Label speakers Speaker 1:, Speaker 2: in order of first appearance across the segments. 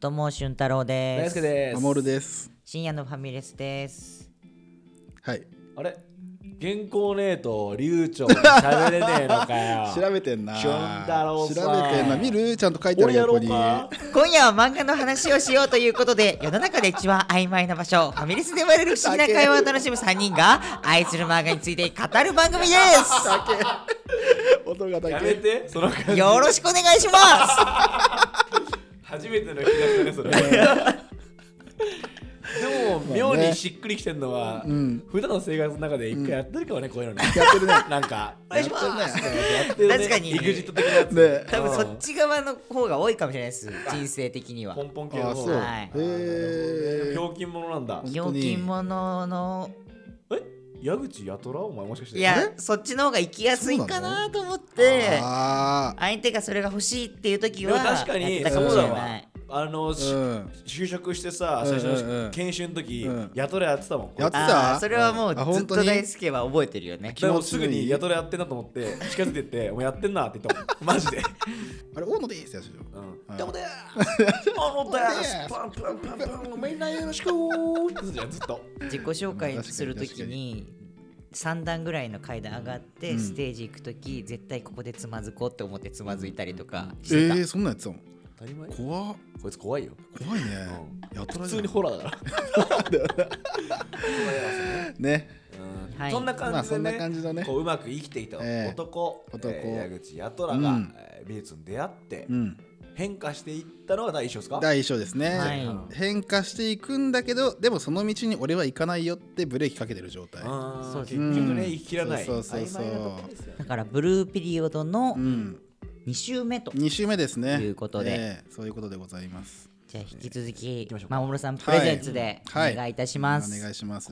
Speaker 1: どうも俊太郎で
Speaker 2: 大
Speaker 1: す。
Speaker 2: 輔です。
Speaker 3: 守です。
Speaker 1: 深夜のファミレスです。
Speaker 3: はい。
Speaker 2: あれ原稿ねえと流暢に喋れねえのかよ。
Speaker 3: 調べてんな。
Speaker 2: 俊太郎さん
Speaker 3: 調べてんな。見る？ちゃんと書いてある
Speaker 2: 俺やろ
Speaker 3: 横に。
Speaker 2: うか。
Speaker 1: 今夜は漫画の話をしようということで、世の中で一番曖昧な場所、ファミレスで生まれる不思議な会話を楽しむ3人が愛する漫画について語る番組です。
Speaker 3: 音がだけ。
Speaker 2: やめてその感じ。
Speaker 1: よろしくお願いします。
Speaker 2: 初めての引き出しだねそれ。でも妙にしっくりきてるのは、普段の生活の中で一回やってるかもね、こういうのね。
Speaker 3: やってるね。
Speaker 2: なんか
Speaker 1: お願いします。
Speaker 2: やってるね。
Speaker 1: 確かに
Speaker 2: エグジット的なやつ。
Speaker 3: ね
Speaker 1: 多分そっち側の方が多いかもしれないです。人生的には。
Speaker 2: ポンポン系の
Speaker 3: あ、
Speaker 2: 方。
Speaker 3: そう。
Speaker 1: はい
Speaker 3: へえ。
Speaker 2: ひょうきん者なんだ。
Speaker 1: ひょうきん者の
Speaker 2: 矢口やとらお前もしかして。
Speaker 1: いやそっちの方が生きやすいかなと思って
Speaker 3: あ
Speaker 1: 相手がそれが欲しいっていう時
Speaker 2: でも
Speaker 1: は
Speaker 2: 確かに
Speaker 1: やってたかもしれない。
Speaker 2: 就職してさ、最初の研修の時、やとらやってたもん。
Speaker 3: やってた？
Speaker 1: それはもうずっと大
Speaker 3: 好
Speaker 1: 輔は覚えてるよね。
Speaker 2: でもすぐにやとらやってんなと思って近づいてって「お前やってんな」って言ったもんマジで。
Speaker 3: あれ大野でいいっすよ。
Speaker 2: でもだよ大野だよパンパンパンパンみんなよろしくーってずっと
Speaker 1: 自己紹介する時に3段ぐらいの階段上がってステージ行く時絶対ここでつまずこうって思ってつまずいたりとかしてた。
Speaker 3: そんなんやってたの？
Speaker 2: 当たり前。
Speaker 3: 怖っ。
Speaker 2: こいつ怖いよ。
Speaker 3: 怖いね。やたら
Speaker 2: 普通にホラーだから
Speaker 3: ね。
Speaker 1: はい
Speaker 2: そんな感じでね、
Speaker 3: まあそんな感じのね
Speaker 2: こううまく生きていた男、矢口やとらが、美術に出会って、変化していったのが第一章ですか？
Speaker 3: 第一章ですね、
Speaker 1: はい、
Speaker 3: 変化していくんだけどでもその道に俺は行かないよってブレーキかけてる状態。
Speaker 1: そうです
Speaker 2: 結局ね、生ききらない。
Speaker 3: そうそうそう。
Speaker 1: だからブルーピリオドの2週目と
Speaker 3: 2週目ですね。
Speaker 1: いうことで、
Speaker 3: そういうことでございます。
Speaker 1: じゃあ引き続き守さんプレゼンツでお願いいたします。
Speaker 3: お願いします。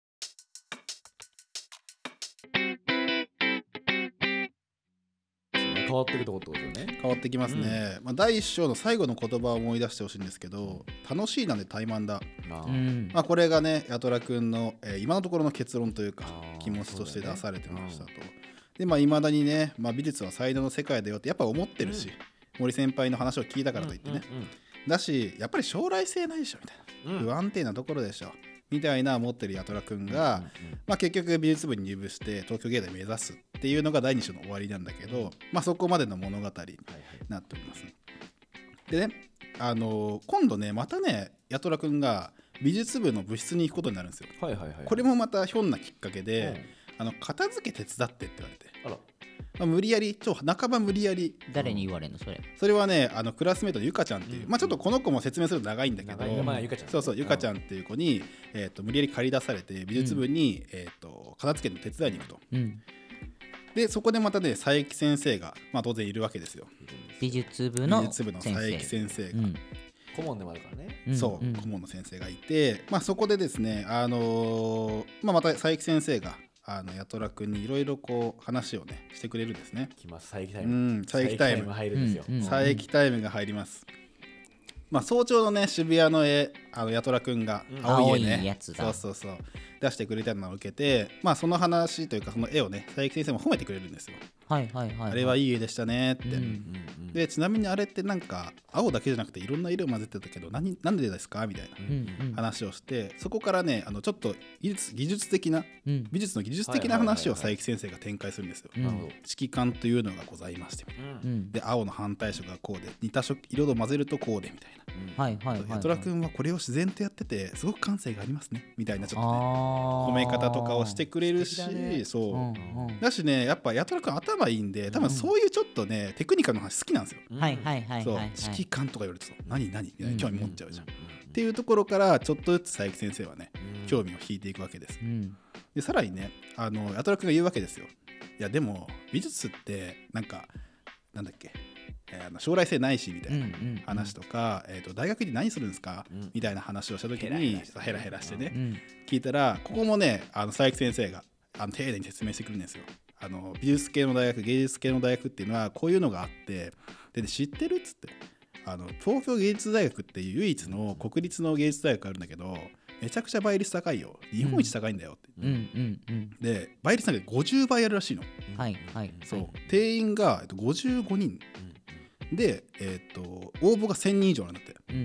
Speaker 2: 変わっていくとこってことですよね。
Speaker 3: 変わってきますね、第一章の最後の言葉を思い出してほしいんですけど、楽しいなんで怠慢だ。これがねやとらくんの、今のところの結論というか気持ちとして出されてましたと。で未だにね、美術は才能の世界だよってやっぱ思ってるし、森先輩の話を聞いたからといってね、だしやっぱり将来性ないでしょみたいな、不安定なところでしょみたいな思ってるやとらくんが、結局美術部に入部して東京芸大目指すっていうのが第2章の終わりなんだけど、そこまでの物語になっております。でね、今度ねまたねやとらくんが美術部の部室に行くことになるんですよ。これもまたひょんなきっかけで、片付け手伝ってって言われて、無理やり半ば無理やり。
Speaker 1: 誰に言われるの
Speaker 3: それはねクラスメートのゆかちゃんっていう、ちょっとこの子も説明すると長いんだけど、そうゆかちゃんっていう子に、無理やり借り出されて美術部に、片付けの手伝いに行くと、でそこでまたね佐伯先生が、当然いるわけですよ。
Speaker 1: 美術部の
Speaker 3: 佐伯先生が、
Speaker 2: 顧問でもあるからね。
Speaker 3: そう顧問の先生がいて、そこでですねまた佐伯先生がやとらくんにいろいろこう話をねしてくれるんですね。
Speaker 2: 来ます佐伯タイム。
Speaker 3: 佐伯タイム
Speaker 2: 入るんですよ。
Speaker 3: 佐伯タイムが入ります。早朝のね渋谷の絵やとらくんが青い絵ね、
Speaker 1: 青いやつだ。
Speaker 3: そう出してくれたのを受けて、その話というかその絵をね佐伯先生も褒めてくれるんですよ。あれはいい絵でしたねって、でちなみにあれってなんか青だけじゃなくていろんな色混ぜてたけどなんでですかみたいな話をして、そこからねちょっと美術的な、美術の技術的な話を佐伯先生が展開するんですよ。色感というのがございましてみたいな、で青の反対色がこうで似た色を混ぜるとこうでみたいな、やとらくんはこれを自然とやっててすごく感性がありますねみたいなちょっとね褒め方とかをしてくれるし、そうだしねやっぱやとらくん頭いいんで多分そういうちょっとねテクニカルの話好きなんですよ。指揮官とか言われると何みたいな興味持っちゃうじゃん、っていうところからちょっとずつ佐伯先生はね興味を引いていくわけです。でさらにねやとらくんが言うわけですよ。いやでも美術ってなんだっけ将来性ないしみたいな話とか、大学で何するんですか、みたいな話をした時にヘラヘラしてね、聞いたらここもね佐伯先生が丁寧に説明してくるんですよ。美術系の大学芸術系の大学っていうのはこういうのがあって、で、知ってるっつって東京芸術大学っていう唯一の国立の芸術大学あるんだけどめちゃくちゃ倍率高いよ、日本一高いんだよって、で倍率なんか50倍あるらしいの。そう定員が55人で、応募が1000人以上なんだって、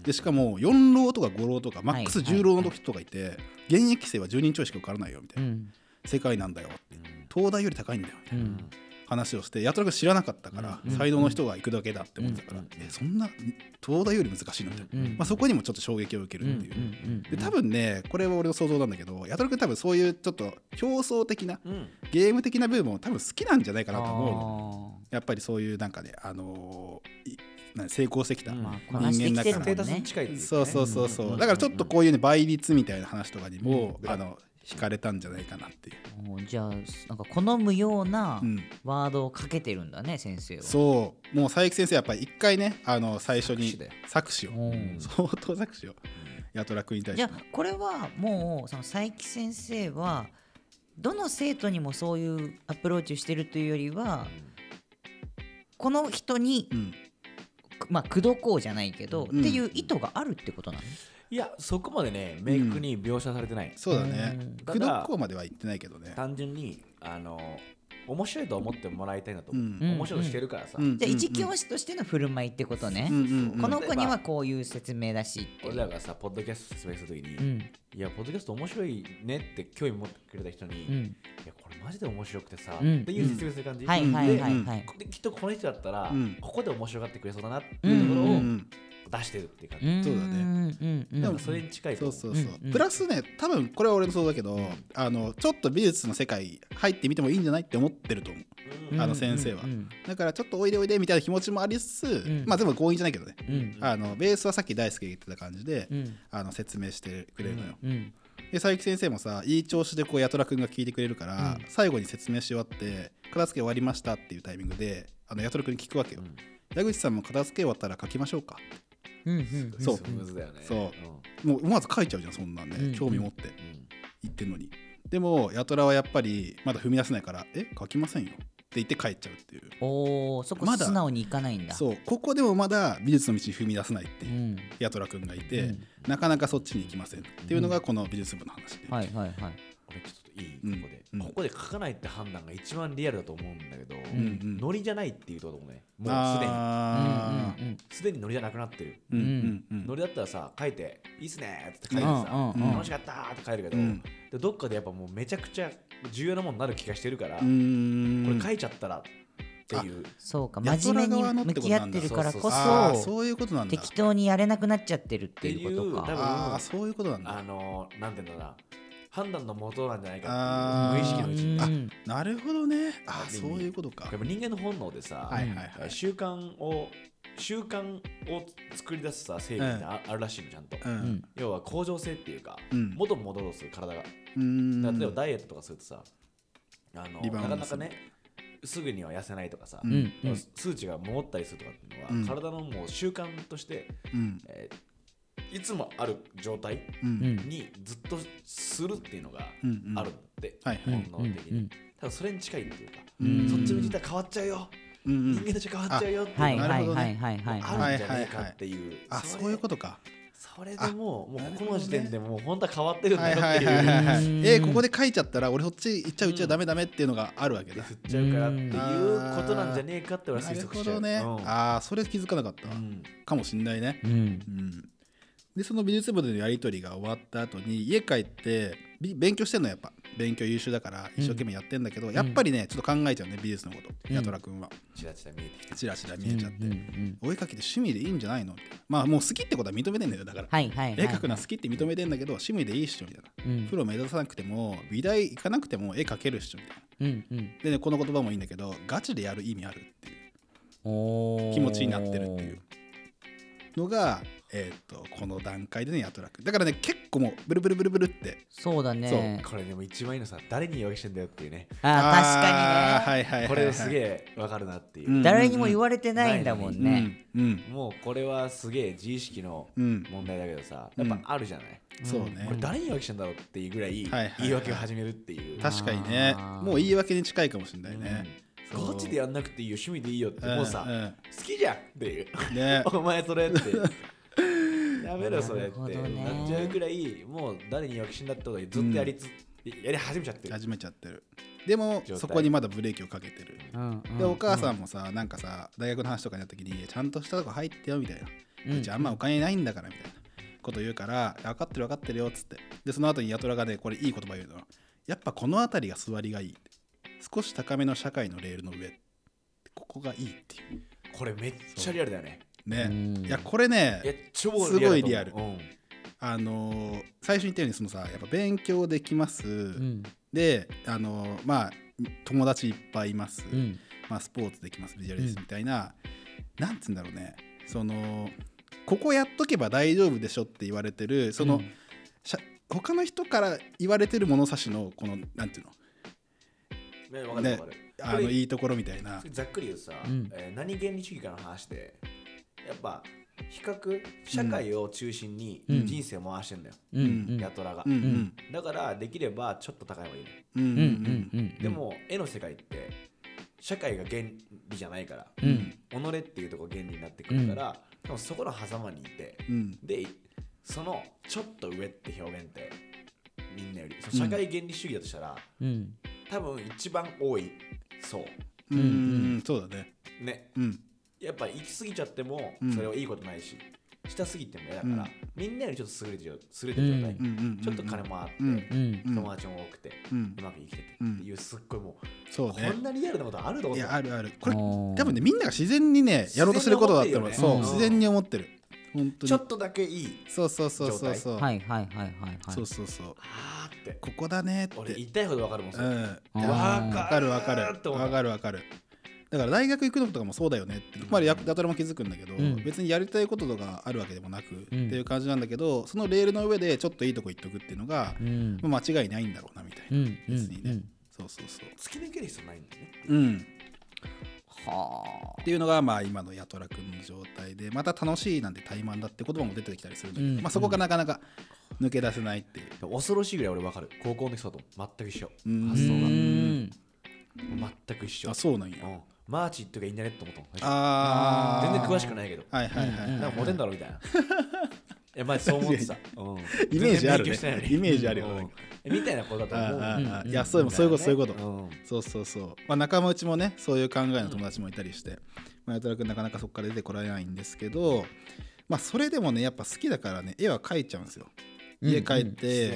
Speaker 3: でしかも4浪とか5浪とかマックス10浪の人がいて、現役生は10人ちょいしか受からないよみたいな、世界なんだよって、東大より高いんだよみたいな話をして、やたら知らなかったから、才能の人が行くだけだって思ってたから、そんな東大より難しいのみたいな、そこにもちょっと衝撃を受けるっていう、で多分ねこれは俺の想像なんだけど、やたらくん多分そういうちょっと競争的な、ゲーム的な部分も多分好きなんじゃないかなと思うの。やっぱりそういうなんかね成功してきた人間だから、そうだからちょっとこういうね倍率みたいな話とかにも惹かれたんじゃないかなっていう。
Speaker 1: じゃあなんか好むようなワードをかけてるんだね、先生は。
Speaker 3: そうもう佐伯先生やっぱり一回ね最初に作詞を相当作詞を八虎君に対して。
Speaker 1: じゃあこれはもうその佐伯先生はどの生徒にもそういうアプローチをしてるというよりは、この人に、まあ口説こうじゃないけど、っていう意図があるってことなの？
Speaker 2: いやそこまでね明確に描写されてない、
Speaker 3: そうだね。口説こうまでは言ってないけどね。
Speaker 2: 単純に面白いと思ってもらいたいなと、面白いしてるからさ、
Speaker 1: じゃあ一教師としての振る舞いってことね、この子にはこういう説明だしっていう。
Speaker 2: 俺らがさポッドキャスト説明するときに、いやポッドキャスト面白いねって興味持ってくれた人に、いやこれマジで面白くてさ、っていう説明する感じで、きっとこの人だったら、ここで面白がってくれそうだなっていうところを出してるっていう感じ。
Speaker 3: そうだね。
Speaker 2: でもそれに近いと思う。
Speaker 3: そうプラスね、多分これは俺の想像だけど、ちょっと美術の世界入ってみてもいいんじゃないって思ってると思う、先生は。だからちょっとおいでおいでみたいな気持ちもありつつ、まあでも強引じゃないけどね、ベースはさっき大輔が言ってた感じで、説明してくれるのよ。で佐伯先生もさ、いい調子でこう八虎くんが聞いてくれるから、最後に説明し終わって片付け終わりましたっていうタイミングで八虎くんに聞くわけよ。矢口さんも片付け終わったら書きましょうか。そう、もう思わず書いちゃうじゃん、そんなんね、興味持って言ってんのに。でも八虎はやっぱりまだ踏み出せないから、書きませんよって言って帰っちゃうっていう。
Speaker 1: そこ素直にいかないんだ。
Speaker 3: そう、ここでもまだ美術の道に踏み出せないっていう八虎くんがいて、なかなかそっちに行きませんっていうのがこの美術部の話で。
Speaker 2: 俺ちょっといい、ここで書かないって判断が一番リアルだと思うんだけど、ノリじゃないっていうところもね、もうすでにノリじゃなくなってる。ノリだったらさ、書いていいっすねって書いてさ、楽しかったって書いるけど、どっかでやっぱもうめちゃくちゃ重要なものになる気がしてるから、これ書いちゃったらっていう。
Speaker 1: そうか、真面目に向き合ってるからこそ、
Speaker 3: そういうことなんだ。
Speaker 1: 適当にやれなくなっちゃってるっていうことか。
Speaker 3: そういうことなんだ。
Speaker 2: なんていうんだろうな、判断の元なんじゃないかっていう無意識のうちに。
Speaker 3: なるほどね。そういうことか。
Speaker 2: やっぱ人間の本能でさ、習慣を作り出すさ成分ってあるらしいの、ちゃんと。要は恒常性っていうか、元に戻す体が。例えばダイエットとかするとさ、なかなかねすぐには痩せないとかさ、数値が戻ったりするとかっていうのは、体のもう習慣としていつもある状態にずっとするっていうのがあるんだって、本能的に。ただそれに近いっていうか、そっちの時代変わっちゃうよ、人間たち変わっちゃうよっていうのがあるんじゃないかっていう。
Speaker 3: そういうことか。
Speaker 2: それでもうこの時点でもう本当は変わってるんだよっていう。
Speaker 3: ここで書いちゃったら俺そっち行っちゃう、うちはダメダメっていうのがあるわけだ。
Speaker 2: 振っちゃうからっていうことなんじゃねえかって俺は推測しちゃう。
Speaker 3: なるほどね。それ気づかなかったかもしんないね。でその美術部でのやり取りが終わった後に家帰って勉強してんの。やっぱ勉強優秀だから一生懸命やってんだけど、やっぱりねちょっと考えちゃうね、美術のこと。八虎くんは
Speaker 2: チラチラ見えてきて、
Speaker 3: チラチラ見えちゃって、お絵描きって趣味でいいんじゃないのみたいな。まあもう好きってことは認めてんだよ。だから絵描くのは好きって認めてんだけど、趣味でいいっしょみたいな。プロ目指さなくても美大行かなくても絵描けるっしょみたいな。でね、この言葉もいいんだけど、ガチでやる意味あるっていう気持ちになってるっていうのがこの段階でね、八虎くんだからね、結構もうブルブルブルブルって。
Speaker 1: そうだね。
Speaker 2: これでも一番いいのさ、誰に言い訳してんだよっていうね。
Speaker 1: 確かにね。
Speaker 2: これすげえわかるなっていう。
Speaker 1: 誰にも言われてないんだもんね。
Speaker 2: もうこれはすげえ自意識の問題だけどさ、やっぱあるじゃない。
Speaker 3: そうね。
Speaker 2: これ誰に言い訳してんだろうっていうぐらい言い訳を始めるっていう。
Speaker 3: 確かにね、もう言い訳に近いかもしれないね。
Speaker 2: ガチでやんなくていいよ、趣味でいいよって、もうさ好きじゃんっていう、お前それってやめろそれってなっちゃうくらい、もう誰に言い訳しんだってことでずっとやり始めちゃってる。でもそこにまだブレーキをかけてる。でお母さんもさ、なんかさ大学の話とかになった時にちゃんとしたとこ入ってよみたいな、
Speaker 3: うちあんまお金ないんだからみたいなこと言うから、分かってるよっつって、でその後に八虎がねこれいい言葉言うのは、やっぱこの辺りが座りがいい、少し高めの社会のレールの上、ここがいいっていう。
Speaker 2: これめっちゃリアルだよね。
Speaker 3: いやこれねすごいリアル。最初に言ったようにそのさ、やっぱ勉強できます、でまあ友達いっぱいいます、まあ、スポーツできます、ビジュアルですみたいな、なんつうんだろうね、そのここやっとけば大丈夫でしょって言われてる、その、他の人から言われてる物差しのこのなんていうの、ね、いいところみたいな。
Speaker 2: ざっくり言うとさ、何原理主義かの話で、やっぱ比較社会を中心に人生を回してんだよ、八虎が、だからできればちょっと高い方がいいね、でも絵の世界って社会が原理じゃないから、己っていうところが原理になってくるから、でもそこの狭間にいて、でそのちょっと上って表現ってみんなよりその社会原理主義だとしたら、多分一番多いそう。
Speaker 3: そうだね。
Speaker 2: やっぱ行き過ぎちゃってもそれはいいことないし、下すぎても嫌だから、みんなよりちょっと優れてる状態、ちょっと金もあって、友達も多くて、うまく生きててっていう、すっごいもう、こんなリアルなことあると思う。
Speaker 3: いやあるある。これ多分ねみんなが自然にねやろうとすることだったの。そう自然に思ってる。本当に
Speaker 2: ちょっとだけいい。
Speaker 3: そう。
Speaker 1: はい。そう。
Speaker 2: あーって
Speaker 3: ここだねって。
Speaker 2: 俺言いたいほどわかるもん。
Speaker 3: わかる。だから大学行くのとかもそうだよねって、まあやたらも気づくんだけど、別にやりたいこととかあるわけでもなく、っていう感じなんだけど、そのレールの上でちょっといいとこ行っとくっていうのが、間違いないんだろうなみたいな。別にね。そう。
Speaker 2: 突き抜ける必要ないんだよね。
Speaker 3: っていうのがまあ今の八虎くんの状態で、また楽しいなんて怠慢だって言葉も出てきたりするんだけど、まあそこがなかなか抜け出せないっていう。
Speaker 2: 恐ろしいぐらい俺分かる。高校の人だと全く一緒。発想が全く一緒。
Speaker 3: あ、そうなんや。
Speaker 2: マーチとかいいんじゃねって思ったもん。
Speaker 3: 全
Speaker 2: 然詳しくないけど。なんかモテんだろみたいな。いやまあそう思ってた。
Speaker 3: イメージあるね。イメージあるよ。
Speaker 2: みたいなことだと思う。
Speaker 3: いやそういうこと。そう。まあ仲間内もねそういう考えの友達もいたりして、八虎くんなかなかそこから出てこられないんですけど、まあそれでもねやっぱ好きだからね絵は描いちゃうんですよ。家帰って、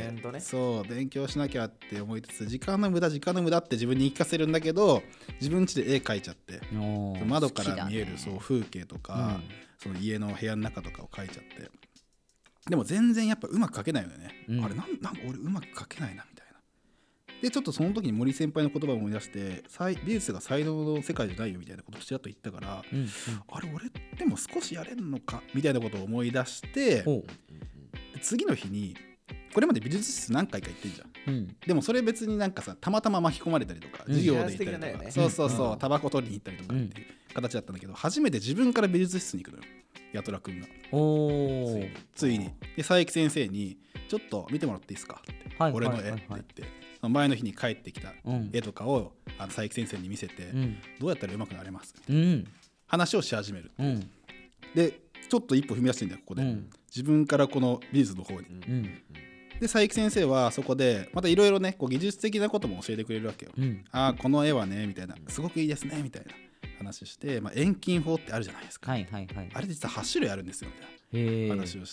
Speaker 3: そう勉強しなきゃって思いつつ時間の無駄って自分に言い聞かせるんだけど、自分家で絵描いちゃって窓から見えるそう風景とか、その家の部屋の中とかを描いちゃって、でも全然やっぱうまく描けないよね、あれなん俺うまく描けないなみたいな。でちょっとその時に森先輩の言葉を思い出して、美術が才能の世界じゃないよみたいなことをちらっと言ったから、あれ俺でも少しやれんのかみたいなことを思い出して、次の日にこれまで美術室何回か行ってんじゃん、でもそれ別になんかさたまたま巻き込まれたりとか、授業で行ったりとか、そうタバコ取りに行ったりとかっていう形だったんだけど、初めて自分から美術室に行くのよ八虎くんが。ついにで佐伯先生にちょっと見てもらっていいですかって、俺の絵って言って、前の日に帰ってきた絵とかを佐伯先生に見せて、どうやったら上手くなれますみたいな話をし始める、でちょっと一歩踏み出してんだよここで、自分からこの美術の方に、で佐伯先生はそこでまたいろいろねこう技術的なことも教えてくれるわけよ、この絵はねみたいな、すごくいいですねみたいな話して、遠近法ってあるじゃないですか、あれ実は8種類あるんですよみたいな話をして、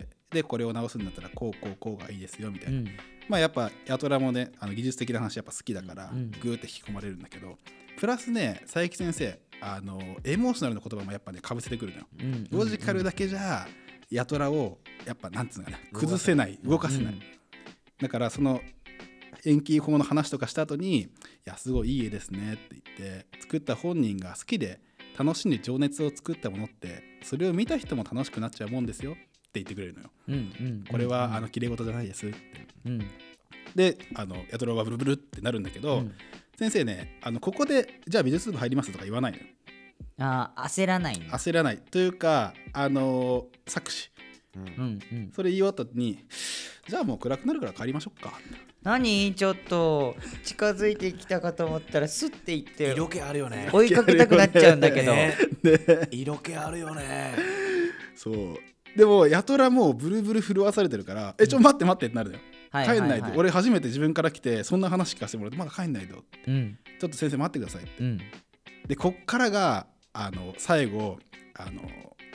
Speaker 3: でこれを直すんだったらこうがいいですよみたいな、やっぱ八虎もね技術的な話やっぱ好きだから、グーって引き込まれるんだけど、プラスね佐伯先生エモーショナルな言葉もやっぱねかぶせてくるのよ、ロジカルだけじゃ八虎をやっぱなんつうのかな、崩せない、動かせない、だからその遠近法の話とかした後に、いやすごいいい絵ですねって言って、作った本人が好きで楽しんで情熱を作ったものってそれを見た人も楽しくなっちゃうもんですよって言ってくれるのよ、これは綺麗事じゃないですって、で八虎はブルブルってなるんだけど、先生ねここでじゃあ美術部入りますとか言わないのよ。
Speaker 1: 焦らない
Speaker 3: 焦らないというか作詞、それ言い終わった後にじゃあもう暗くなるから帰りましょうか。
Speaker 1: 何ちょっと近づいてきたかと思ったらスッていって
Speaker 2: 色気あるよね、
Speaker 1: 追いかけたくなっちゃうんだけど、
Speaker 2: 色気あるよね。
Speaker 3: そうでも八虎もうブルブル震わされてるから、待ってってなるのよ、帰んないで、俺初めて自分から来てそんな話聞かせてもらって、まだ帰んないでよって、ちょっと先生待ってくださいって、でこっからが最後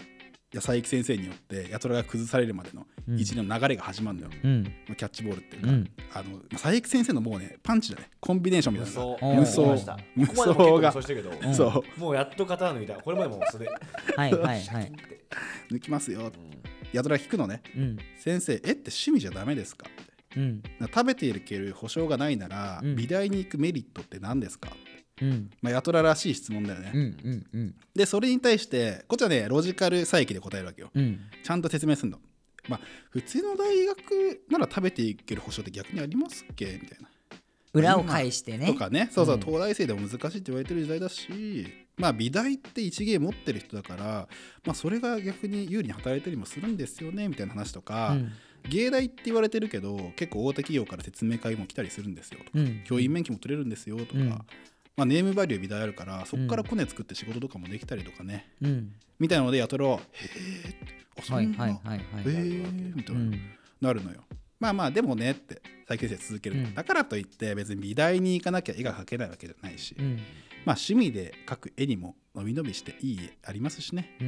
Speaker 3: 佐伯先生によって八虎が崩されるまでの一連の流れが始まるのよ、キャッチボールっていうか、佐伯先生のもうねパンチだね、コンビネーションみたいな無双が
Speaker 2: そうもうやっと型抜いた、これまでもそれ
Speaker 1: はいはいはい
Speaker 3: 抜きますよ、八虎聞くのね、先生って趣味じゃダメですかって、食べていける保証がないなら、美大に行くメリットって何ですかって、八虎らしい質問だよね、でそれに対してこっちはねロジカル佐伯で答えるわけよ、ちゃんと説明するの。普通の大学なら食べていける保証って逆にありますっけみたいな、
Speaker 1: 裏を返してね
Speaker 3: とかね、そう東大生でも難しいって言われてる時代だし、美大って一芸持ってる人だから、それが逆に有利に働いたりもするんですよねみたいな話とか、芸大って言われてるけど結構大手企業から説明会も来たりするんですよとか、教員免許も取れるんですよとか、ネームバリュー美大あるからそこからコネ作って仕事とかもできたりとかね、みたいなので八虎はへえってそんなへえみたいななるのよ。でもねって佐伯先生続ける、だからといって別に美大に行かなきゃ絵が描けないわけじゃないし、趣味で描く絵にも伸び伸びしていい絵ありますしね、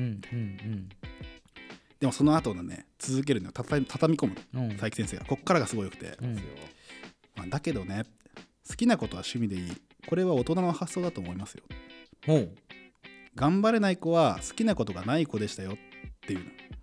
Speaker 3: でもその後のね続けるのを畳み込むの、佐伯先生がこっからがすごいよくて、だけどね好きなことは趣味でいい、これは大人の発想だと思いますよ、頑張れない子は好きなことがない子でしたよっていう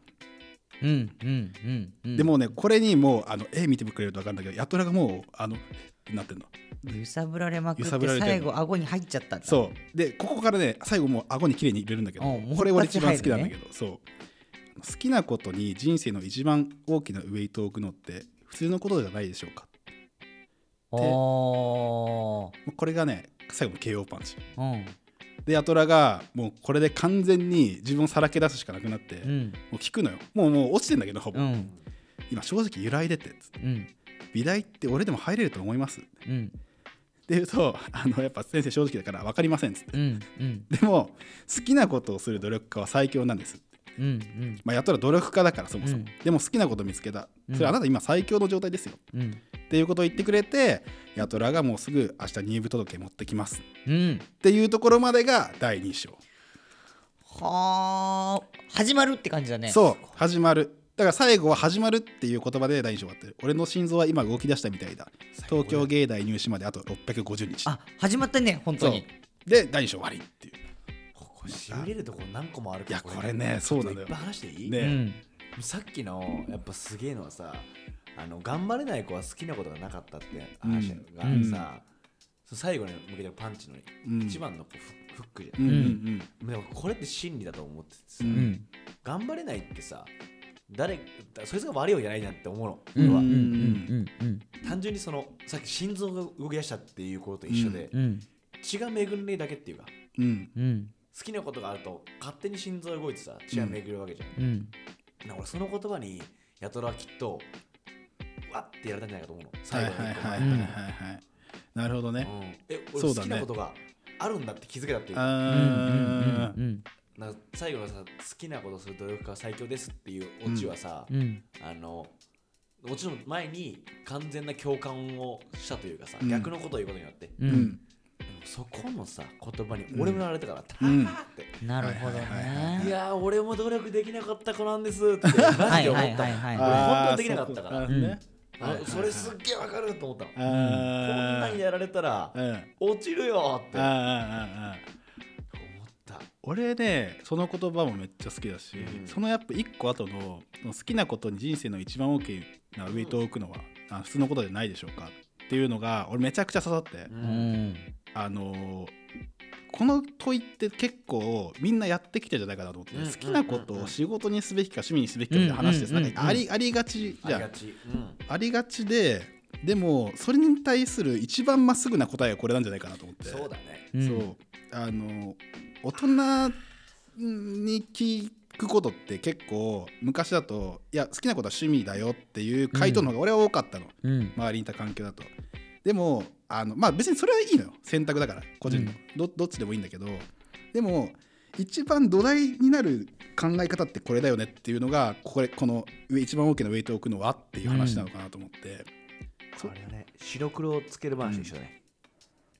Speaker 3: の、でもねこれにもう絵見てくれると分かるんだけど八虎がもうなってんの
Speaker 1: 揺さぶられまくって最後顎に入っちゃったんだ。
Speaker 3: そうでここからね最後もう顎に綺麗に入れるんだけど、これ俺一番好きなんだけど、そう好きなことに人生の一番大きなウエイトを置くのって普通のことじゃないでしょうか。これがね最後の KO パンチ、で八虎がもうこれで完全に自分をさらけ出すしかなくなって、もう聞くのよ、もう落ちてんだけどほぼ、今正直揺らいでて、美大って俺でも入れると思います、って言うとやっぱ先生正直だから分かりませんっつって、でも好きなことをする努力家は最強なんです、やったら努力家だからそもそも、でも好きなこと見つけた、それあなた今最強の状態ですよ、っていうことを言ってくれて、八虎がもうすぐ明日入部届持ってきます、っていうところまでが第2章。
Speaker 1: はあ、始まるって感じだね。
Speaker 3: そう始まる、だから最後は始まるっていう言葉で第2章終わってる。俺の心臓は今動き出したみたいだ、東京芸大入試まであと650日、
Speaker 1: 始まったね本当に。
Speaker 3: で第2章終わりっていう、
Speaker 2: これしびれるとこ何個もあるから、
Speaker 3: いやこれねそうなんだよ。
Speaker 2: いっぱい話していい、さっきのやっぱすげえのはさ、頑張れない子は好きなことがなかったって話がさ、最後に向けてパンチの一番のフックじゃん、でもこれって真理だと思っててさ、頑張れないってさそいつが悪いわけじゃないなって思うの、俺は、単純にさっき心臓が動き出したっていうことと一緒で、血が巡るだけっていうか、好きなことがあると勝手に心臓が動いてさ血が巡るわけじゃん、俺その言葉に八虎はきっとわってやられたんじゃないかと思うの、最後に。
Speaker 3: なるほどね、
Speaker 2: 俺好きなことがあるんだって気づけたっていうか、最後のさ好きなことをする努力家は最強ですっていうオチはさ、もちろん前に完全な共感をしたというかさ、逆のことを言うことによって、そこのさ言葉に俺もなられたから、
Speaker 1: なるほどね。
Speaker 2: いや俺も努力できなかった子なんですってマジで思った。俺本当にできなかったから、それすっげえわかると思ったの。こんなにやられたら落ちるよって思った。
Speaker 3: 俺ねその言葉もめっちゃ好きだし、そのやっぱ一個後の好きなことに人生の一番大きなウェイトを置くのは普通のことじゃないでしょうかっていうのが俺めちゃくちゃ刺さって、この問いって結構みんなやってきてるんじゃないかなと思って、好きなことを仕事にすべきか趣味にすべきかみたいな話です。ありがちじゃん、ありがちで、でもそれに対する一番まっすぐな答えはこれなんじゃないかなと思って。
Speaker 2: そうだね、
Speaker 3: そう大人に聞くことって結構昔だといや好きなことは趣味だよっていう回答の方が俺は多かったの、周りにいた環境だと。でも別にそれはいいのよ、選択だから個人の、どっちでもいいんだけど、でも一番土台になる考え方ってこれだよねっていうのがこの一番大きなウェイトを置くのはっていう話なのかなと思って、
Speaker 2: あれはね白黒をつける話でしょね、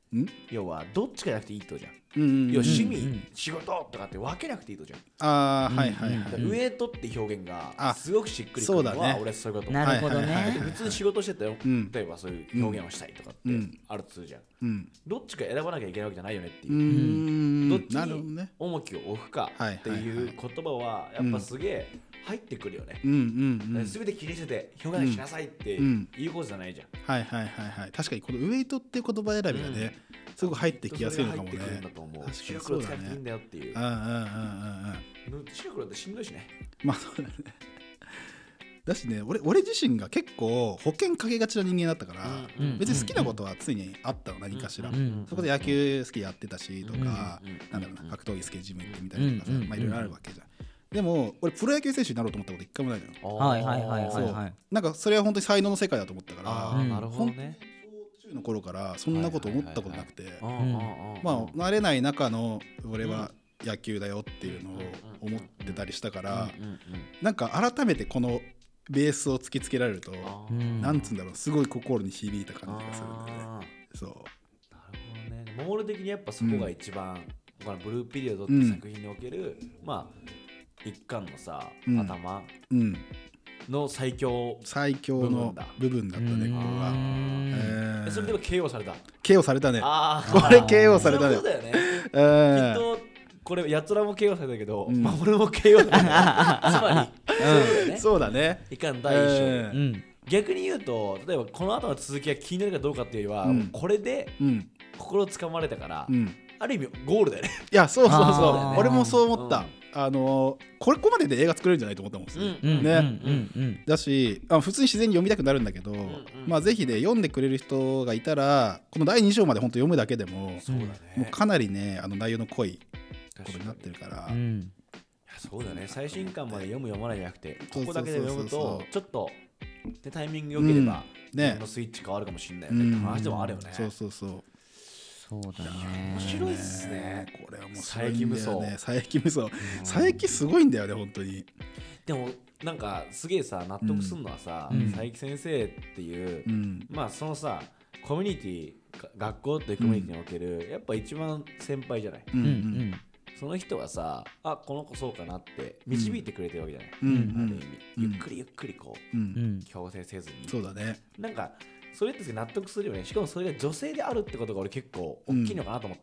Speaker 2: 要はどっちかじゃなくていいってことじゃん。要は趣味、仕事とかって分けなくていいってことじゃん。
Speaker 3: はいはいはい。
Speaker 2: ウエイトって表現がすごくしっくりくるのは俺そういうこと。
Speaker 1: なるほどね。
Speaker 2: 普通に仕事してて例えばそういう表現をしたいとかってあるとするじゃん。どっちか選ばなきゃいけないわけじゃないよねっていう。どっちに重きを置くかっていう言葉はやっぱすげえ入ってくるよね。全て切り捨てて表現しなさいっていうことじゃないじゃん。
Speaker 3: はいはいはいはい。確かにこのウエイトっていう言葉選びがねすごく入ってきやすいのかもね。
Speaker 2: 白黒使っていいんだよっていう。白黒ってしんどいしね。
Speaker 3: まあそうだね。だしね、俺自身が結構保険かけがちな人間だったから、別に好きなことは常にあったの、何かしら。そこで野球好きやってたしとか、なんだろうな、格闘技好きでジム行ってみたりとかさ、まあいろいろあるわけじゃん。でも俺プロ野球選手になろうと思ったこと一回もないのよ。
Speaker 1: はいはいはいはい。
Speaker 3: なんかそれは本当に才能の世界だと思ったから、
Speaker 2: なるほどね。
Speaker 3: 小中の頃からそんなこと思ったことなくて、まあ慣れない中の俺は野球だよっていうのを思ってたりしたから、なんか改めてこのベースを突きつけられると、なんつうんだろう、すごい心に響いた感じがするんだよね。そう。
Speaker 2: なるほどね。モール的にやっぱそこが一番、このブルーピリオドって作品における、まあ一巻のさ、頭の最強
Speaker 3: の部分だったね、ここ
Speaker 2: が。それでも KO された。
Speaker 3: KO されたね。これ KO されたね。
Speaker 2: そうだよね。きっとこれやつらも KO されたけど、守も KO された。つま
Speaker 3: りそうだね。
Speaker 2: 一巻第一章。逆に言うと、例えばこの後の続きが気になるかどうかっていうよりは、これで心つかまれたから、ある意味ゴールだよね。
Speaker 3: いや、そうそうそう。俺もそう思った。ここまでで映画作れるんじゃないと思ったもんね。だし普通に自然に読みたくなるんだけど、まあぜひね読んでくれる人がいたらこの第2章まで本当読むだけでももうかなりね内容の濃いことになってるから。
Speaker 2: そうだね。最新刊まで読む読まないじゃなくてここだけで読むとちょっとタイミング良ければのスイッチ変わるかもしれないよねって話でもあるよね。
Speaker 3: そうそうそう。
Speaker 1: そうだね。
Speaker 2: 面白いっすね。
Speaker 3: これはもう佐伯無双。佐伯無双。佐伯すごいんだよね本当に。
Speaker 2: でもなんかすげえさ納得するのはさ、佐伯先生っていう、まあそのさコミュニティ学校っていうコミュニティにおける、やっぱ一番先輩じゃない。その人はさこの子そうかなって導いてくれてるわけじゃない。ある意味ゆっくりゆっくりこう強制せずに。
Speaker 3: そうだね。
Speaker 2: なんかそれって納得するよね。しかもそれが女性であるってことが俺結構大きいのかなと思った。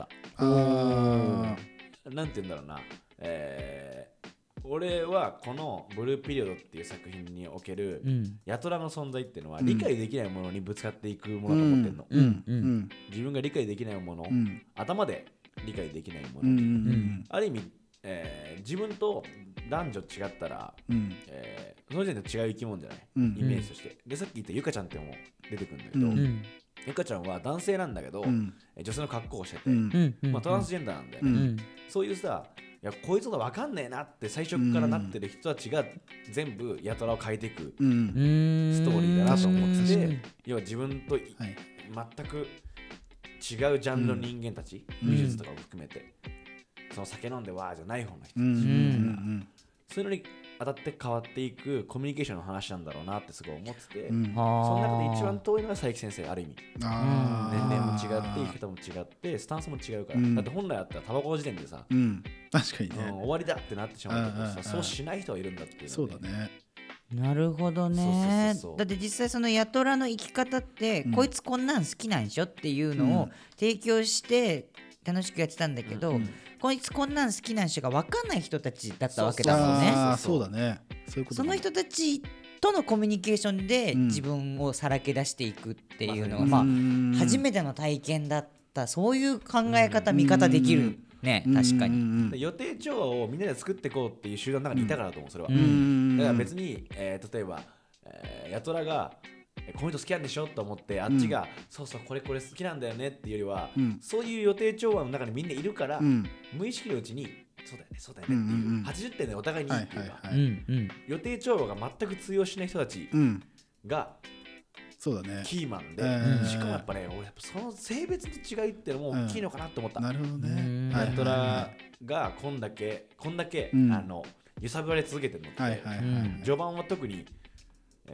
Speaker 2: なんて言うんだろうな、俺はこのブルーピリオドっていう作品におけるヤトラの存在っていうのは理解できないものにぶつかっていくものだと思ってるの。自分が理解できないもの、頭で理解できないもの、ある意味、自分と男女違ったら、その時点で違う生き物じゃない、イメージとして。でさっき言ったゆかちゃんっていうのも出てくるんだけど、ゆかちゃんは男性なんだけど、女性の格好をしてて、トランスジェンダーなんだよね。そういうさ、いやこいつの分かんねえなって最初からなってる人たちが全部やたらを変えていくストーリーだなと思ってて、要は自分と全く違うジャンルの人間たち、美術とかを含めて、その酒飲んでわーじゃない方の人たち、そういうのに当たって変わっていくコミュニケーションの話なんだろうなってすごい思ってて、その中で一番遠いのが佐伯先生。ある意味年齢も違って生き方も違ってスタンスも違うから、だって本来あったらタバコの時点でさ、
Speaker 3: 確かにね、
Speaker 2: 終わりだってなってしまうけどさ、そうしない人はいるんだっていう。
Speaker 3: そうだね。
Speaker 1: なるほどね。だって実際そのヤトラの生き方って、こいつこんなん好きなんでしょっていうのを提供して楽しくやってたんだけど、こいつこんなん好きなんでしょが分かんない人たちだったわけだもんね。
Speaker 3: そうだね。そういうこと。
Speaker 1: その人たちとのコミュニケーションで自分をさらけ出していくっていうのが、初めての体験だった。そういう考え方、見方できるね。確かに
Speaker 2: 予定調和をみんなで作っていこうっていう集団の中にいたからと思う。それはだから別に、例えば、ヤトラがこの人好きなんでしょと思ってあっちが、そうそうこれ好きなんだよねっていうよりは、そういう予定調和の中にみんないるから、無意識のうちにそうだよねそうだよねっていう、80点でお互いにいいっていうか、予定調和が全く通用しない人たちが、
Speaker 3: そうだね、
Speaker 2: キーマンで、しかもやっぱね、俺やっぱその性別の違いっていうのも大きいのかなって思った。
Speaker 3: なるほどね。
Speaker 2: ヤトラがこんだけ揺さぶられ続けてるのって、序盤は特に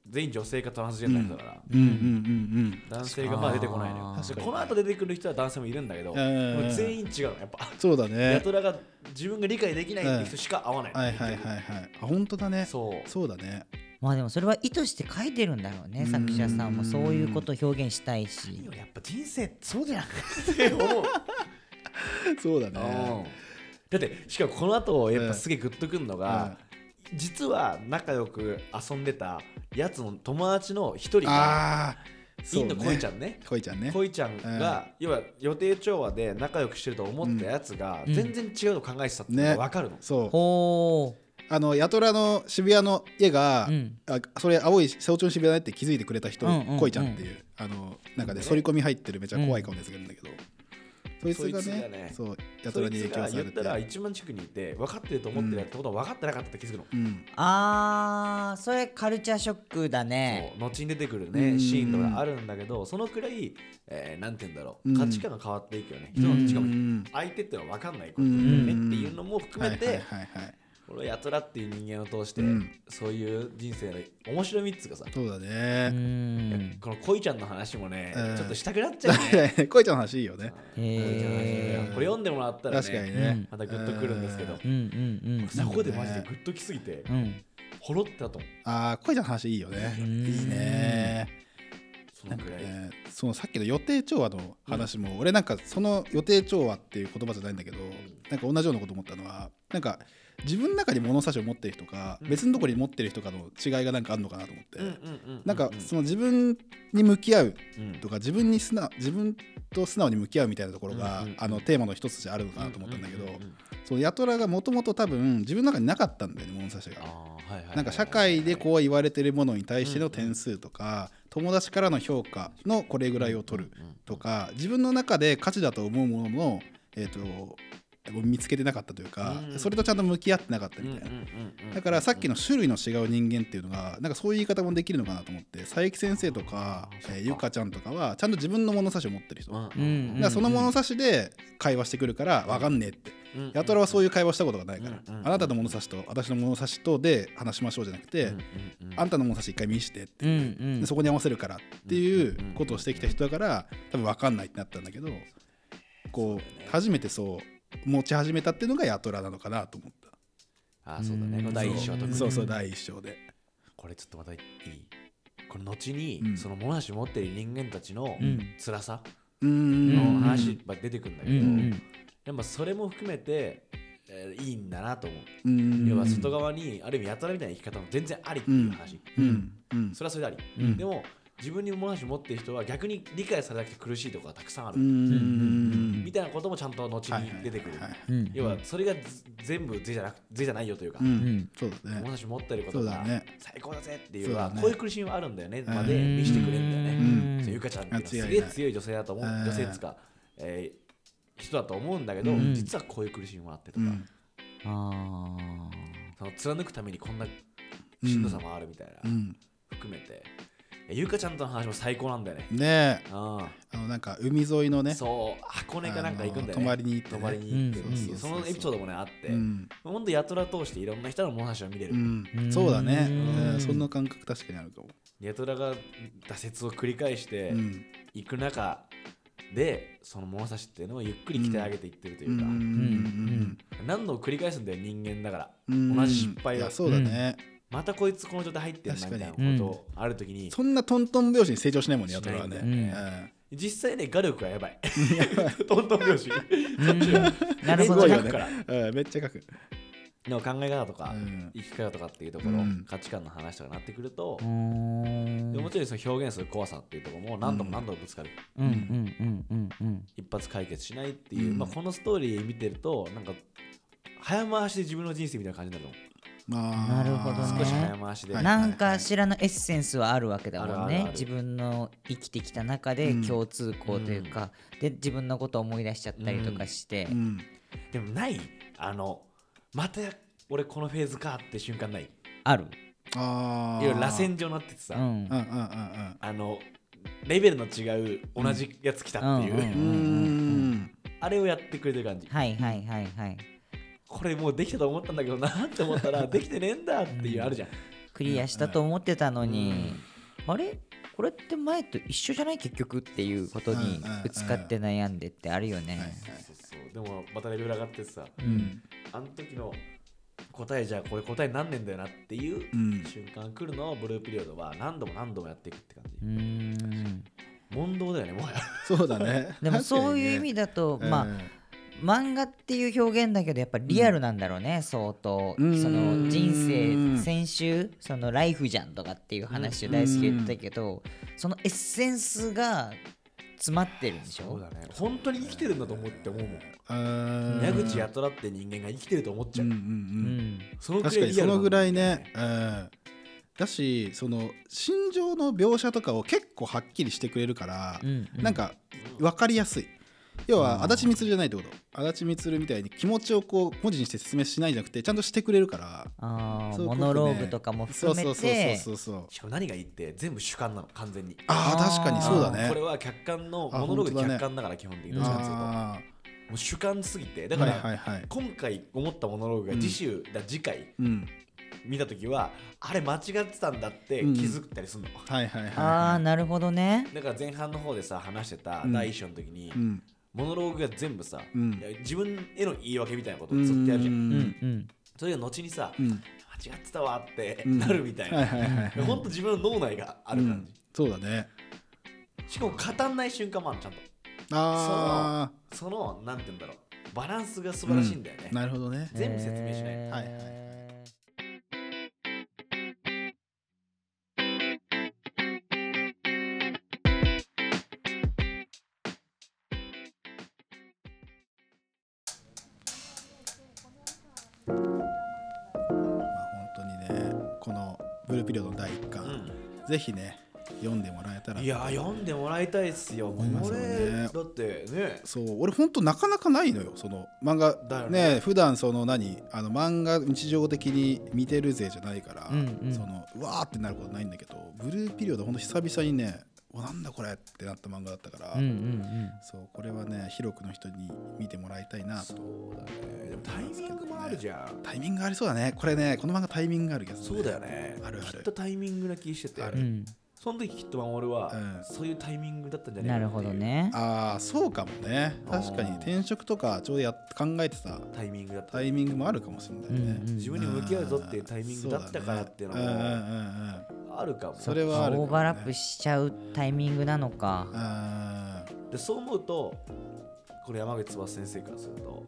Speaker 2: 全員女性かトランスジェンダーだから、男性がまあ出てこないのよ。この後出てくる人は男性もいるんだけど、全員違うのやっぱ。
Speaker 3: そうだね。
Speaker 2: ヤトラが自分が理解できないって人しか会わない。
Speaker 3: はいはいはいはい。あ、本当だね。そうだね。
Speaker 1: まあでもそれは意図して書いてるんだろうね、作者さんもそういうことを表現したいし。
Speaker 2: やっぱ人生そうじゃんって思う。
Speaker 3: そうだね。
Speaker 2: だってしかもこの後やっぱすげえグッとくるのが、実は仲良く遊んでたやつの友達の一人がいんの、恋ちゃんね。恋ちゃんが要は予定調和で仲良くしてると思ったやつが全然違うの考えてたっていうのが分かるの。
Speaker 3: そう。ヤトラの渋谷の家が、それ青い早朝の渋谷だって気づいてくれた人、恋ちゃんっていうなんかね反り込み入ってるめっちゃ怖い顔でするんだけど、そいつがね、そうヤトラに影響されて、
Speaker 2: 言ったら一番地区にいて分かってると思ってるやつことは分かってなかったって気づくの。
Speaker 1: あー、それカルチャーショックだね。
Speaker 2: そう、後に出てくるねシーンとかあるんだけど、そのくらいなんて言うんだろう、価値観が変わっていくよね。人のしかも相手ってのは分かんないことだよねっていうのも含めて、これヤトラっていう人間を通して、そういう人生の面白みっつうかさ。
Speaker 3: そうだね。
Speaker 2: この恋ちゃんの話もね、ちょっとしたくなっちゃうね。
Speaker 3: 恋ちゃんの話いいよね。
Speaker 2: これ読んでもらったらね、またグッとくるんですけど、そこでマジでグッときすぎてほろってたと思う。
Speaker 3: ああ、恋ちゃんの話いいよね。いいね。そのさっきの予定調和の話も、俺なんかその予定調和っていう言葉じゃないんだけど、なんか同じようなこと思ったのは、なんか自分の中に物差しを持ってる人か別のところに持ってる人かの違いがなんかあるのかなと思って、なんかその自分に向き合うとか自分と素直に向き合うみたいなところがテーマの一つとしてあるのかなと思ったんだけど、そのヤトラがもともと多分自分の中になかったんだよね、物差しが。なんか社会でこう言われてるものに対しての点数とか、友達からの評価のこれぐらいを取るとか、自分の中で価値だと思うものの見つけてなかったというか、それとちゃんと向き合ってなかったみたいな。だからさっきの種類の違う人間っていうのがなんかそういう言い方もできるのかなと思って、佐伯先生とかゆかちゃんとかはちゃんと自分の物差しを持ってる人だからその物差しで会話してくるから分かんねえって。ヤトラはそういう会話したことがないから、あなたの物差しと私の物差しとで話しましょうじゃなくて、あんたの物差し一回見してって、でそこに合わせるからっていうことをしてきた人だから多分分かんないってなったんだけど、こう初めてそう持ち始めたっていうのがヤトラなのかなと思った。
Speaker 2: そうだね、この第一章とか。
Speaker 3: そう第一章で。
Speaker 2: これちょっとまたいい？この後にその物差し持ってる人間たちの辛さの話が出てくるんだけど、でもそれも含めていいんだなと思う。要は外側にある意味ヤトラみたいな生き方も全然ありっていう話。それはそれであり。でも自分に物差し持ってる人は逆に理解されなくて苦しいところがたくさんあるみたいなこともちゃんと後に出てくる。要はそれが全部税じゃないよというか、物差し持ってることが最高だぜっていうのはこういう苦しみはあるんだよねまで見せてくれるんだよね。ゆかちゃんってすげえ強い女性だと思う。女性っつか人だと思うんだけど、実はこういう苦しみもあってとか、その貫くためにこんなしんどさもあるみたいな含めて、ゆかちゃんとの話も最高なんだよね。
Speaker 3: ねえ、なんか海沿いのね、
Speaker 2: そう箱根かなんか行くんだよね。
Speaker 3: 泊まりに行って
Speaker 2: そのエピソードもねあって、ほんとヤトラ通していろんな人の物差しを見れる。
Speaker 3: そうだね、そんな感覚確かにあるかも。
Speaker 2: ヤトラが挫折を繰り返して行く中でその物差しっていうのをゆっくり鍛え上げていってるというか、何度も繰り返すんだよ人間だから。同じ失敗を。
Speaker 3: そうだね。
Speaker 2: またこいつこの状態入ってんなみたいなことあるときに、
Speaker 3: そんなトントン拍子に成長しないもんね、ヤトラはね。
Speaker 2: 実際ね画力がやばい。トントン拍子。
Speaker 1: なるほど
Speaker 3: ね。めっちゃ書く。
Speaker 2: でも考え方とか生き方とかっていうところ、価値観の話とかになってくると、もちろんその表現する怖さっていうところも何度も何度もぶつかる。一発解決しないっていう、このストーリー見てるとなんか早回しで自分の人生みたいな感じになるの。
Speaker 1: なるほどね。
Speaker 2: 少し早回しで
Speaker 1: なんかしらのエッセンスはあるわけだもんね。自分の生きてきた中で共通項というか、で自分のことを思い出しちゃったりとかして、
Speaker 2: でもないまた俺このフェーズかって瞬間ない？
Speaker 1: ある。
Speaker 2: いわゆる螺旋状になっててさ、レベルの違う同じやつ来たっていうあれをやってくれてる感じ。
Speaker 1: はいはいはいはい。
Speaker 2: これもうできたと思ったんだけどなって思ったらできてねえんだっていうあるじゃん。
Speaker 1: クリアしたと思ってたのに、あれこれって前と一緒じゃない結局っていうことにぶつかって悩んでってあるよね。
Speaker 2: でもまたレベル上がってさ、あの時の答えじゃこれ答えなんねんだよなっていう瞬間来るのをブルーピリオドは何度も何度もやっていくって感じ。問答だよねもはや。
Speaker 3: そうだね。
Speaker 1: でもそういう意味だと、漫画っていう表現だけどやっぱリアルなんだろうね、相当。その人生、先週そのライフじゃんとかっていう話を大好き言ったけど、そのエッセンスが詰まってるんでしょ。
Speaker 2: そうだね、本当に生きてるんだと思って思うもん。矢口八虎って人間が生きてると思っちゃう。
Speaker 3: 確かにそのぐらいね。だしその心情の描写とかを結構はっきりしてくれるから、なんか分かりやすい。要は足立みつるじゃないってこと。足立みつるみたいに気持ちをこう文字にして説明しないんじゃなくてちゃんとしてくれるから、
Speaker 1: モノローグとかも含めて。
Speaker 2: しかも何がいいって全部主観なの完全に。
Speaker 3: 確かにそうだね。
Speaker 2: これは客観のモノローグ客観だから基本的にどっちかっていうともう主観すぎて、だから今回思ったモノローグが次回見たときはあれ間違ってたんだって気づいたりするの。
Speaker 1: なるほどね。
Speaker 2: だから前半の方でさ話してた第一章の時にモノローグが全部さ、自分への言い訳みたいなことをずっとやるじゃん。それが後にさ、間違ってたわってなるみたいな。ほんと自分の脳内がある感じ。
Speaker 3: そうだね。
Speaker 2: しかも語んない瞬間もあるちゃんと。そのなんて言うんだろう、バランスが素晴らしいんだよね。
Speaker 3: なるほどね。
Speaker 2: 全部説明しない。
Speaker 3: ブルーピリオドの第1巻、ぜひね読んでもらえたら。
Speaker 2: いや読んでもらいたいですよ。これだってね、
Speaker 3: そう俺ほんとなかなかないのよその漫画だね。普段その漫画日常的に見てるぜじゃないから、そのうわーってなることないんだけど、ブルーピリオドほんと久々にね、なんだこれってなった漫画だったから、そうこれはね広くの人に見てもらいたいなと。
Speaker 2: そうだね。でもタイミングもあるじゃん。
Speaker 3: タイミングありそうだね。これねこの漫画タイミングがあるけど、
Speaker 2: そうだよね。あるある。きっとタイミングな気してて、その時きっと守はそういうタイミングだったんじゃないかな。
Speaker 1: なるほどね。
Speaker 3: そうかもね。確かに転職とかちょうど考えてた
Speaker 2: タイミングだった。
Speaker 3: タイミングもあるかもしれないね。
Speaker 2: 自分に向き合うぞっていうタイミングだったからっていうのもあるかも。
Speaker 3: それはある。
Speaker 1: オーバーラップしちゃうタイミングなのか。
Speaker 2: でそう思うとこれ山口翼先生からすると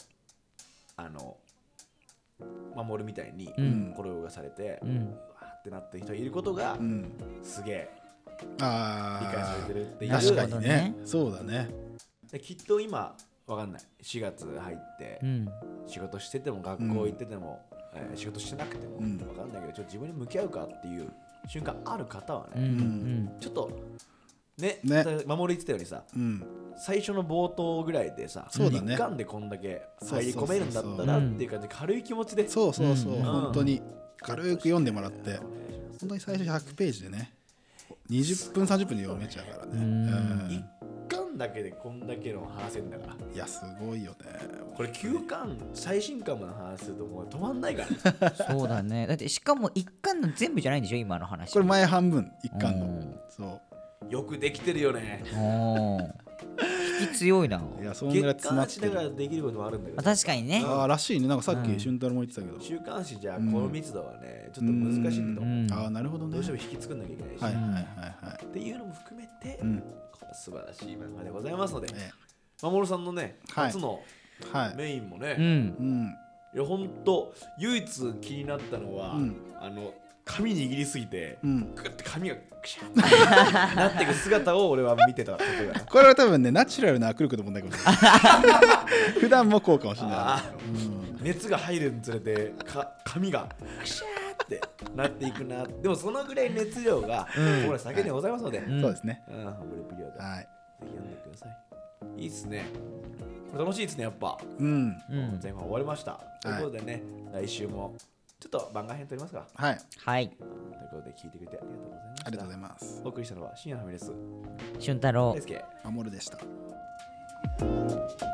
Speaker 2: 守みたいにこれをがされて、わーってなってる人がいることがすげえ理解されてるっていう。
Speaker 3: 確かにね。そうだね。
Speaker 2: できっと今わかんない、4月入って仕事してても学校行ってても、仕事してなくてもわかんないけど、ちょっと自分に向き合うかっていう瞬間ある方はね、ちょっとね守り言ってたようにさ、最初の冒頭ぐらいでさ、一巻でこんだけ入り込めるんだったらっていう感じで軽い気持ちで、
Speaker 3: そう本当に軽く読んでもらって、本当に最初100ページでね20分30分で読めちゃうからね。
Speaker 2: 一巻だけでこんだけの話せんだから。
Speaker 3: いやすごいよね。
Speaker 2: これ9巻最新巻の話するともう止まんないからね。
Speaker 1: そうだね。だってしかも1巻の全部じゃないんでしょ今の話。
Speaker 3: これ前半分1巻の。
Speaker 2: そうよくできてるよね。
Speaker 1: 引き強いな。
Speaker 3: いやそんぐらい詰まってる。
Speaker 2: 月刊誌だからできることもあるんだけど、
Speaker 1: 確かにね。
Speaker 3: らしいね。なんかさっき俊太郎も言ってたけど、
Speaker 2: 週刊誌じゃこの密度はねちょっと難しいんだと思う。
Speaker 3: なるほどね。
Speaker 2: どうしても引き作んなきゃいけないし、っていうのも含めて、これ素晴らしい漫画でございますので、守さんのね初のメインもね、いや本当唯一気になったのは、髪握りすぎて、グッて髪がクシャッなっていく姿を俺は見てたことが。
Speaker 3: これは多分ねナチュラルな握力の問題かもしれない。普段もこうかもしれない。
Speaker 2: 熱が入るにつれて髪がクシャーってなっていくな。でもそのぐらい熱量がこれ先にございますので、
Speaker 3: そうですね。
Speaker 2: ブルーピリオド、ぜひ読んでください。いいっすね。これ楽しいですねやっぱ。前半終わりました。ということでね、来週もちょっと番外編撮りますか。
Speaker 1: はい。
Speaker 2: ということで聞いてくれてありがとうございました。
Speaker 3: ありがとうございます。
Speaker 2: お送りしたのは深夜のファミレス
Speaker 1: 俊太郎、
Speaker 3: 守でした。